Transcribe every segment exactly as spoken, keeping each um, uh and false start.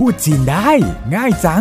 ดจีนได้ง่ายจัง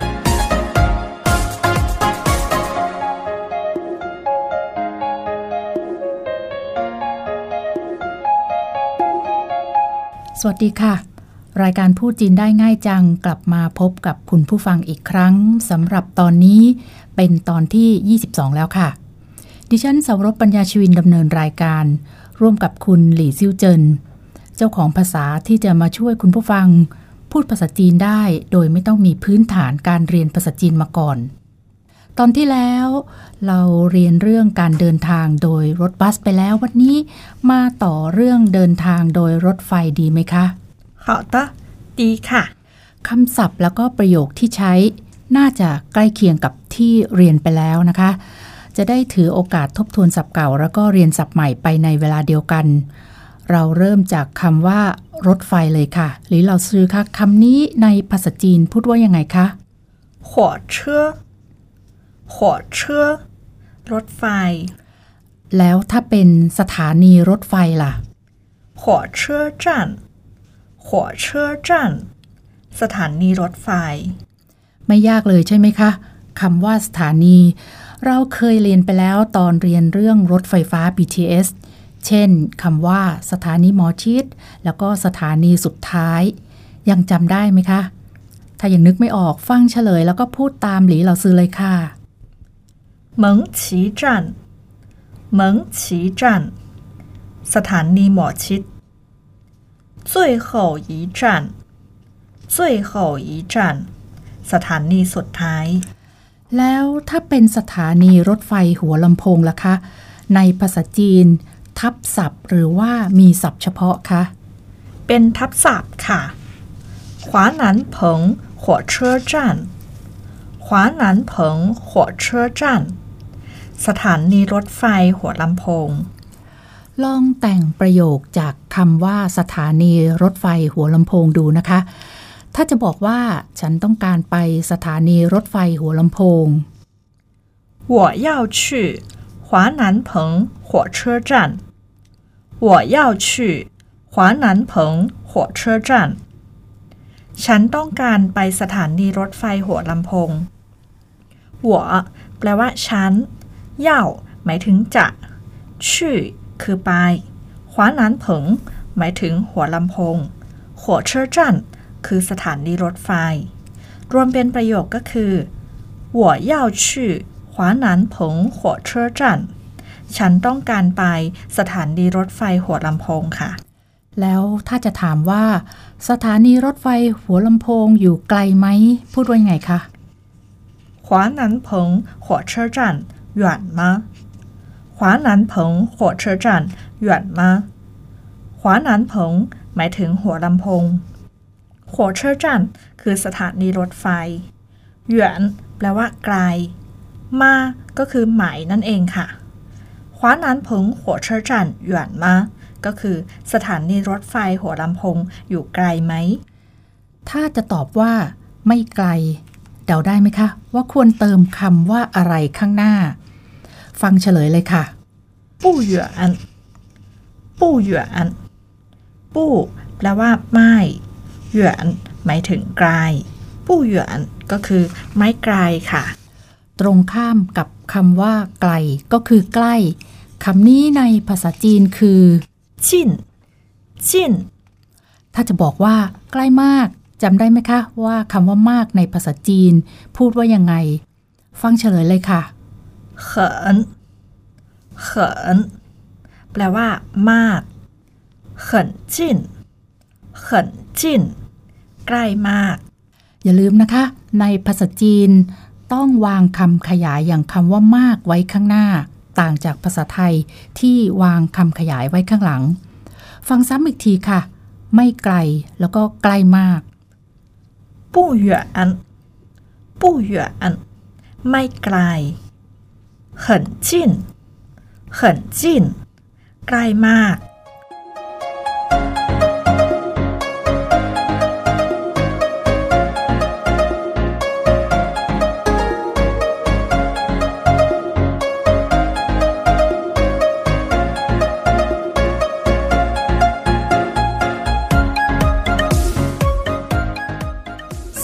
สวัสดีค่ะรายการพูดจีนได้ง่ายจังกลับมาพบกับคุณผู้ฟังอีกครั้งสำหรับตอนนี้เป็นตอนที่ยี่สิบสองแล้วค่ะดิฉันสาวรบปัญญาชีวินดำเนินรายการร่วมกับคุณหลี่ซิ่วเจินเจ้าของภาษาที่จะมาช่วยคุณผู้ฟังพูดภาษาจีนได้โดยไม่ต้องมีพื้นฐานการเรียนภาษาจีนมาก่อนตอนที่แล้วเราเรียนเรื่องการเดินทางโดยรถบัสไปแล้ววันนี้มาต่อเรื่องเดินทางโดยรถไฟดีไหมคะ好的ดีค่ะคำศัพท์แล้วก็ประโยคที่ใช้น่าจะใกล้เคียงกับที่เรียนไปแล้วนะคะจะได้ถือโอกาสทบทวนศัพท์เก่าแล้วก็เรียนศัพท์ใหม่ไปในเวลาเดียวกันเราเริ่มจากคำว่ารถไฟเลยค่ะหรือเราซื้อค่ะคำนี้ในภาษาจีนพูดว่ายังไงคะ火车火车รถไฟแล้วถ้าเป็นสถานีรถไฟล่ะ火车站火车站สถานีรถไฟไม่ยากเลยใช่ไหมคะคำว่าสถานีเราเคยเรียนไปแล้วตอนเรียนเรื่องรถไฟฟ้า บี ที เอส เช่นคำว่าสถานีหมอชิดแล้วก็สถานีสุดท้ายยังจำได้ไหมคะถ้ายังนึกไม่ออกฟังเฉลยแล้วก็พูดตามหลีเราซื้อเลยค่ะเหมิงฉีจั่นเหมิงฉีจั่นสถานีหมอชิด最后一站最后一站สถานีสุดท้ายแล้วถ้าเป็นสถานีรถไฟหัวลำโพงล่ะคะในภาษาจีนทับศัพท์หรือว่ามีศัพท์เฉพาะคะเป็นทับศัพท์ค่ะขวาหนานเผิงหัวเชื่อจั่นขวาหนานเผิงหัวเชื่อจั่นสถานีรถไฟหัวลำโพงลองแต่งประโยคจากคำว่าสถานีรถไฟหัวลำโพงดูนะคะถ้าจะบอกว่าฉันต้องการไปสถานีรถไฟหัวลำโพง我要去华南鹏火车站我要去华南鹏火车站ฉันต้องการไปสถานีรถไฟหัวลำโพงหัวแปลว่าฉันเย่าหมายถึงจะชื่อคือไปขวานันเผิงหมายถึงหัวลำโพงหัวเชื่อจั่นคือสถานีรถไฟรวมเป็นประโยคก็คือ我要去华南鹏火车站ฉันต้องการไปสถานีรถไฟหัวลำโพงค่ะแล้วถ้าจะถามว่าสถานีรถไฟหัวลำโพงอยู่ไกลไหมพูดว่ายังไงคะ华南鹏火车站远吗华南鹏火车站远吗华南鹏หมายถึงหัวลำโพงหัวเชื่อจั่นคือสถานีรถไฟหยวนแปลว่าไกลมาก็คือหมายนั่นเองค่ะขวานันเผิงหัวเชื่อจั่นหยวนมาก็คือสถานีรถไฟหัวลำโพงอยู่ไกลไหมถ้าจะตอบว่าไม่ไกลเดาได้ไหมคะว่าควรเติมคำว่าอะไรข้างหน้าฟังเฉลยเลยค่ะปู่หยวนปู่หยวนปู่แปลว่าไม่หยวนหมายถึงไกลปู่หยวนก็คือไม่ไกลค่ะตรงข้ามกับคำว่าไกลก็คือใกล้คำนี้ในภาษาจีนคือจินจินถ้าจะบอกว่าใกล้มากจำได้ไหมคะว่าคำว่ามากในภาษาจีนพูดว่ายังไงฟังเฉลยเลยค่ะเขินเขินแปลว่ามากเขินจินเขินจินใกล้มากอย่าลืมนะคะในภาษาจีนต้องวางคำขยายอย่างคำว่ามากไว้ข้างหน้าต่างจากภาษาไทยที่วางคำขยายไว้ข้างหลังฟังซ้ำอีกทีค่ะไม่ไกลแล้วก็ใกล้มากปู่หยวนปู่หยวนไม่ไกล很近很近ใกล้มาก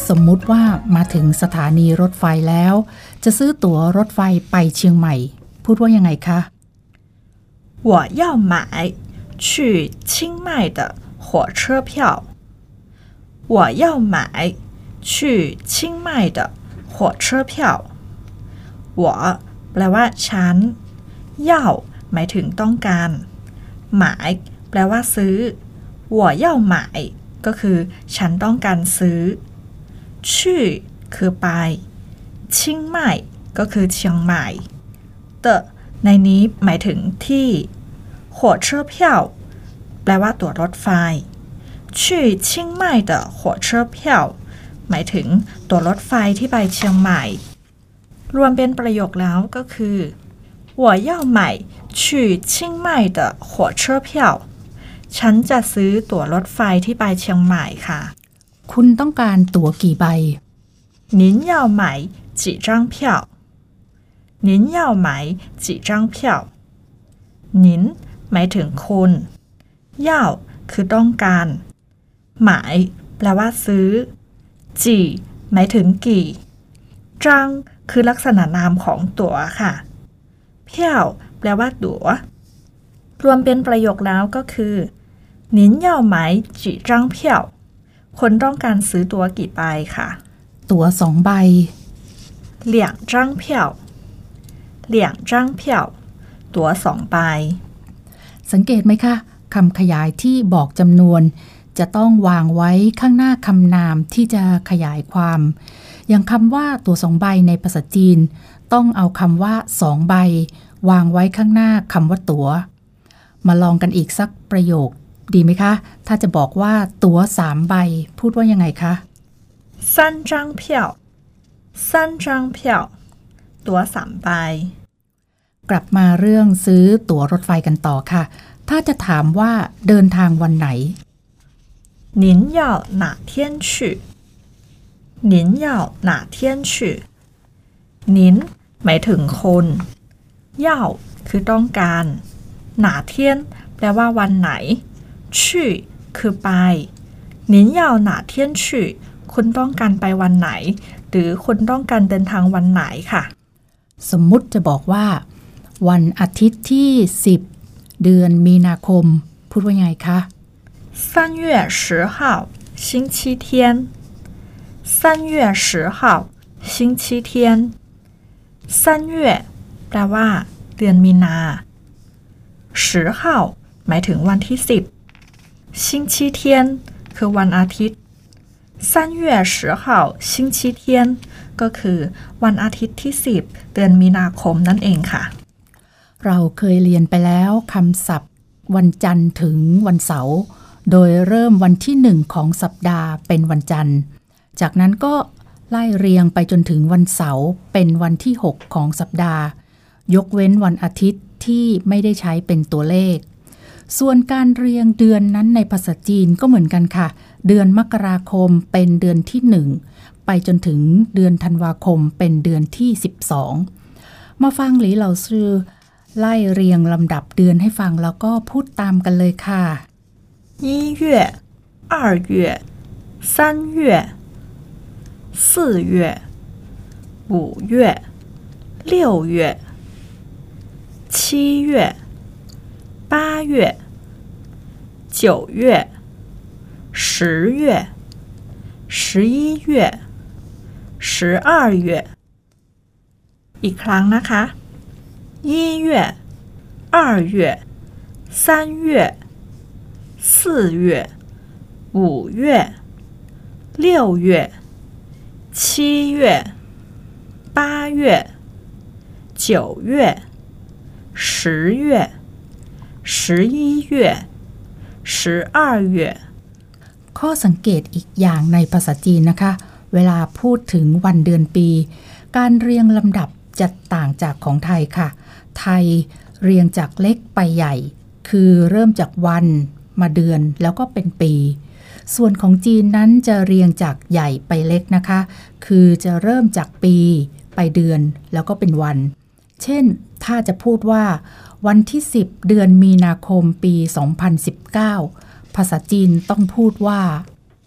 สมมุติว่ามาถึงสถานีรถไฟแล้วจะซื้อตั๋วรถไฟไปเชียงใหม่พูดว่ายังไงคะ我要买去清迈的火车票我要买去清迈的火车票我แปลว่าฉัน要หมายถึงต้องการหมายแปลว่าซื้อ我要买ก็คือฉันต้องการซื้อชื่อคือไปชิงใหม่ก็คือเชียงใหม่เตในนี้หมายถึงที่火车票แปลว่าตั๋วรถไฟ去清迈的火车票หมายถึงตั๋วรถไฟที่ไปเชียงใหม่รวมเป็นประโยคแล้วก็คือ我要买去清迈的火车票ฉันจะซื้อตั๋วรถไฟที่ไปเชียงใหม่ค่ะคุณต้องการตั๋วกี่ใบ您要买几张票您要买几张票您หมายถึงคุณ要คือต้องการหมายแปลว่าซื้อจีหมายถึงกี่จังคือลักษณะนามของตั๋วค่ะเพี้ยวแปลว่าตั๋วรวมเป็นประโยคแล้วก็คือ您要买几张票คนต้องการซื้อตั๋วกี่ใบค่ะตั๋วสองใบ两张票两张票ตั๋วสองใบสังเกตไหมคะคำขยายที่บอกจำนวนจะต้องวางไว้ข้างหน้าคำนามที่จะขยายความอย่างคำว่าตั๋วสองใบในภาษาจีนต้องเอาคำว่าสองใบวางไว้ข้างหน้าคำว่าตั๋วมาลองกันอีกสักประโยคดีไหมคะถ้าจะบอกว่าตั๋วสามใบพูดว่ายังไงคะ三张票三张票ตั๋วสามใบกลับมาเรื่องซื้อตั๋วรถไฟกันต่อค่ะถ้าจะถามว่าเดินทางวันไหน您要哪天去您要哪天去您หมายถึงคน要คือต้องการหนาเทียนแปลว่าวันไหนชื่อคือไป您要哪天去คุณต้องการไปวันไหนหรือคุณต้องการเดินทางวันไหนค่ะสมมุติจะบอกว่าวันอาทิตย์ที่สิบเดือนมีนาคมพูดว่าไงคะ三月十号星期天三月十号星期天三月แปลว่าเดือนมีนา十号หมายถึงวันที่สิบ星期天คือวันอาทิตย์三月十号星期天ก็คือวันอาทิตย์ที่สิบเดือนมีนาคมนั่นเองค่ะเราเคยเรียนไปแล้วคำศัพท์วันจันทร์ถึงวันเสาร์โดยเริ่มวันที่หนึ่งของสัปดาห์เป็นวันจันทร์จากนั้นก็ไล่เรียงไปจนถึงวันเสาร์เป็นวันที่หกของสัปดาห์ยกเว้นวันอาทิตย์ที่ไม่ได้ใช้เป็นตัวเลขส่วนการเรียงเดือนนั้นในภาษาจีนก็เหมือนกันค่ะเดือนมกราคมเป็นเดือนที่หนึ่งไปจนถึงเดือนธันวาคมเป็นเดือนที่สิบสองมาฟังหลีเหล่าซื่อไล่เรียงลำดับเดือนให้ฟังแล้วก็พูดตามกันเลยค่ะ一月二月三月四月五月六月七月八月九月十月十一月十二月อีกครั้งนะคะ一月二月三月四月五月六月七月八月九月十月十一月十二月ข้อสังเกตอีกอย่างในภาษาจีนนะคะเวลาพูดถึงวันเดือนปีการเรียงลำดับจะต่างจากของไทยค่ะไทยเรียงจากเล็กไปใหญ่คือเริ่มจากวันมาเดือนแล้วก็เป็นปีส่วนของจีนนั้นจะเรียงจากใหญ่ไปเล็กนะคะคือจะเริ่มจากปีไปเดือนแล้วก็เป็นวันเช่นถ้าจะพูดว่าวันที่สิบเดือนมีนาคมปีสองพันสิบเก้าภาษาจีนต้องพูดว่า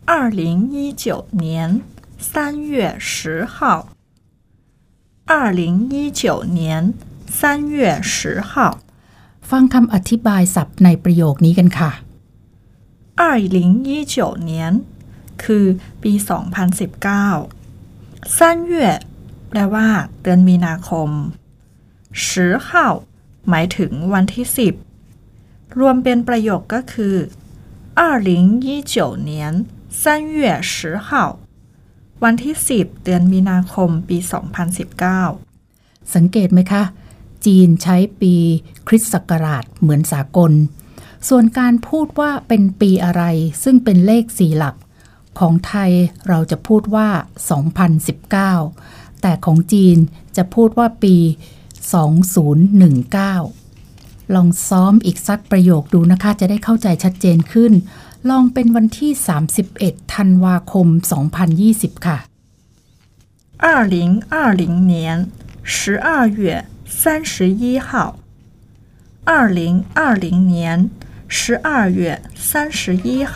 二零一九年三月十号二零一九年三月十号ฟังคำอธิบายศัพท์ในประโยคนี้กันค่ะ二零一九年คือปีสองพันสิบเก้า三月แปลว่าเดือนมีนาคม十号หมายถึงวันที่สิบรวมเป็นประโยคก็คือ二零一九年三月十号วันที่สิบเดือนมีนาคมปีสองพันสิบเก้าสังเกตไหมคะจีนใช้ปีคริสต์ศักราชเหมือนสากลส่วนการพูดว่าเป็นปีอะไรซึ่งเป็นเลขสี่หลักของไทยเราจะพูดว่าสองพันสิบเก้าแต่ของจีนจะพูดว่าปีสองพันสิบเก้าลองซ้อมอีกสักประโยคดูนะคะจะได้เข้าใจชัดเจนขึ้นลองเป็นวันที่สามสิบเอ็ดธันวาคมสองพันยี่สิบค่ะ二零二零年十二月三十一号二零二零年十二月三十一号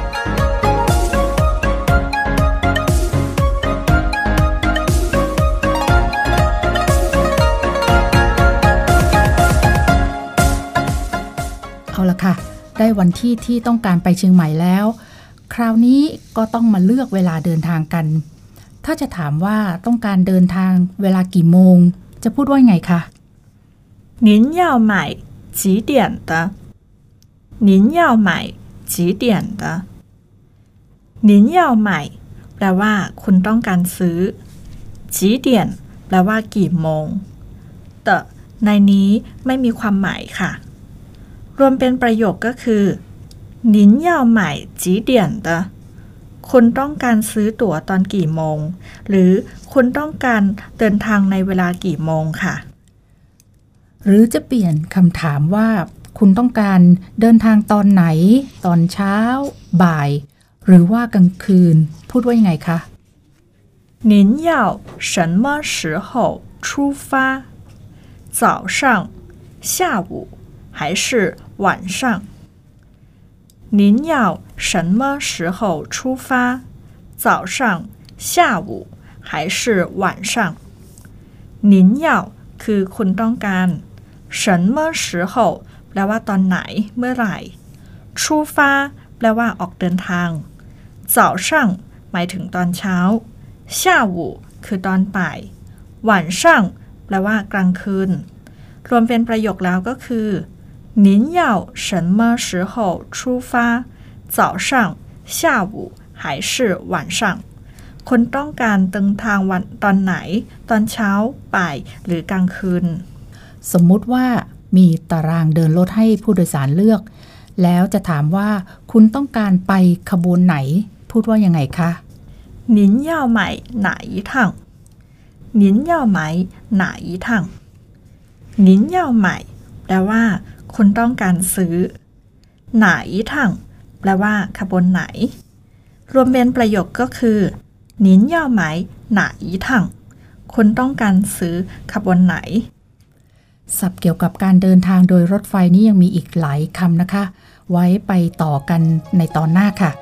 เอาละค่ะได้วันที่ที่ต้องการไปเชียงใหม่แล้วคราวนี้ก็ต้องมาเลือกเวลาเดินทางกันถ้าจะถามว่าต้องการเดินทางเวลากี่โมงจะพูดว่าไงคะ您要买几点的您要买几点的您要买แปลว่าคุณต้องการซื้อ几点แปลว่ากี่โมงแต่ในนี้ไม่มีความหมายค่ะรวมเป็นประโยคก็คือ您要买几点的คุณต้องการซื้อตั๋วตอนกี่โมงหรือคุณต้องการเดินทางในเวลากี่โมงค่ะหรือจะเปลี่ยนคำถามว่าคุณต้องการเดินทางตอนไหนตอนเช้าบ่ายหรือว่ากลางคืนพูดว่ายังไงคะ您要什么时候出发早上下午还是晚上您要什么时候出发早上下午还是晚上您要คือคุณต้องการ什么时候แปลว่าตอนไหนเมื่อไหร่出发แปลว่าออกเดินทาง早上หมายถึงตอนเช้า下午คือตอนบ่าย晚上แปลว่ากลางคืนรวมเป็นประโยคแล้วก็คือ您要什么时候出发早上下午还是晚上คุณต้องการเดินทางวันตอนไหนตอนเช้าบ่ายหรือกลางคืนสมมุติว่ามีตารางเดินรถให้ผู้โดยสารเลือกแล้วจะถามว่าคุณต้องการไปขบวนไหนพูดว่ายังไงคะ您要买哪一趟您要买哪一趟您要买แปลว่าคุณต้องการซื้อ哪一趟แปลว่าขบวนไหนรวมเป็นประโยคก็คือ您要买哪一趟คุณต้องการซื้อขบวนไหนศัพท์เกี่ยวกับการเดินทางโดยรถไฟนี่ยังมีอีกหลายคำนะคะไว้ไปต่อกันในตอนหน้าค่ะ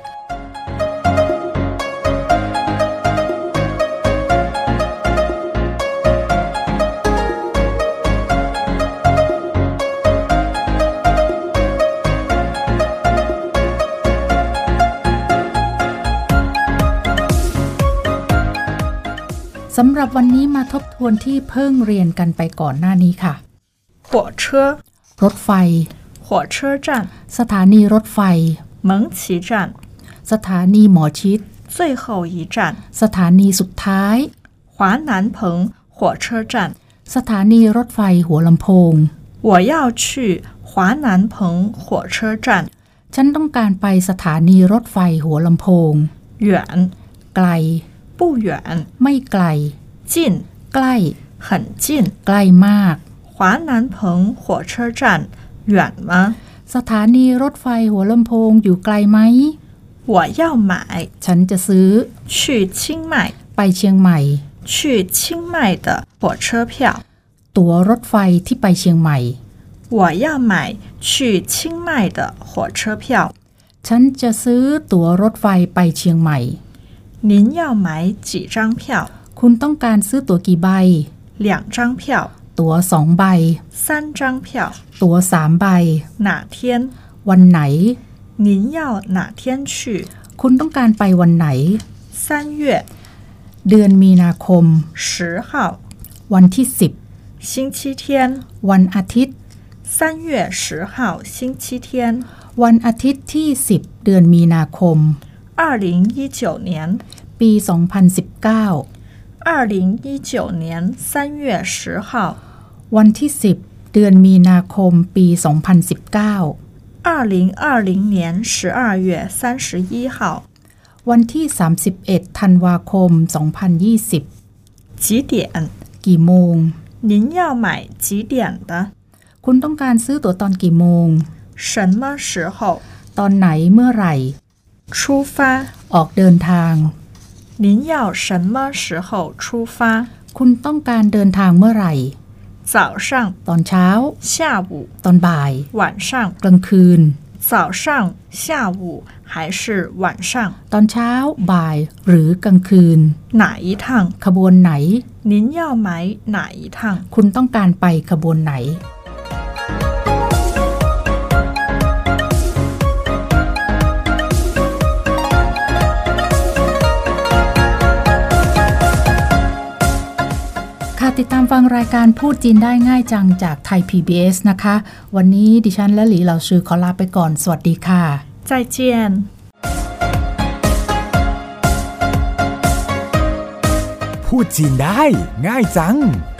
สำหรับวันนี้มาทบทวนที่เพิ่งเรียนกันไปก่อนหน้านี้ค่ะ火车รถไฟ火车站สถานีรถไฟ蒙奇站สถานีหมอชิด最后一站สถานีสุดท้าย华南鹏火车站สถานีรถไฟหัวลำโพง我要去华南鹏火車站ฉันต้องการไปสถานีรถไฟหัวลำโพง远ไกล不远ไม่ไกล近ใกล้很近ใกล้มาก华南鹏火车站远吗สถานีรถไฟหัวลำโพงอยู่ไกลไหม我要买ฉันจะซื้อ去清迈ไปเชียงใหม่去清迈的火车票ตั๋วรถไฟที่ไปเชียงใหม่我要买去清迈的火车票ฉันจะซื้อตั๋วรถไฟไปเชียงใหม่您要买几张票คุณต้องการซื้อตั๋วกี่ใบ两张票ตั๋วสองใบ三张票ตั๋วสามใบ哪天วันไหน您要哪天去คุณต้องการไปวันไหน三月เดือนมีนาคม十号วันที่สิบ星期天วันอาทิตย์三月十号星期天วันอาทิตย์ที่สิบเดือนมีนาคม二零一九年ปีสองพันสิบเก้า二零一九年三月十号วันที่สิบเดือนมีนาคมปีสองพันสิบเก้า二零二零年十二月三十一号วันที่สามสิบเอ็ดธันวาคมสองพันยี่สิบ几点กี่โมง您要买几点的คุณต้องการซื้อตั๋วตอนกี่โมง什么时候ตอนไหนเมื่อไหร่出发ออกเดินทาง您要什么时候出发คุณต้องการเดินทางเมื่อไหร่早上ตอนเช้า下午ตอนบ่าย晚上กลางคืน早上下午还是晚上ตอนเช้าบ่ายหรือกลางคืน哪一趟ขบวนไหน您要买哪一趟คุณต้องการไปขบวนไหนติดตามฟังรายการพูดจีนได้ง่ายจังจากไทย พี บี เอส นะคะวันนี้ดิฉันและหลีเหล่าซือขอลาไปก่อนสวัสดีค่ะ再见พูดจีนได้ง่ายจัง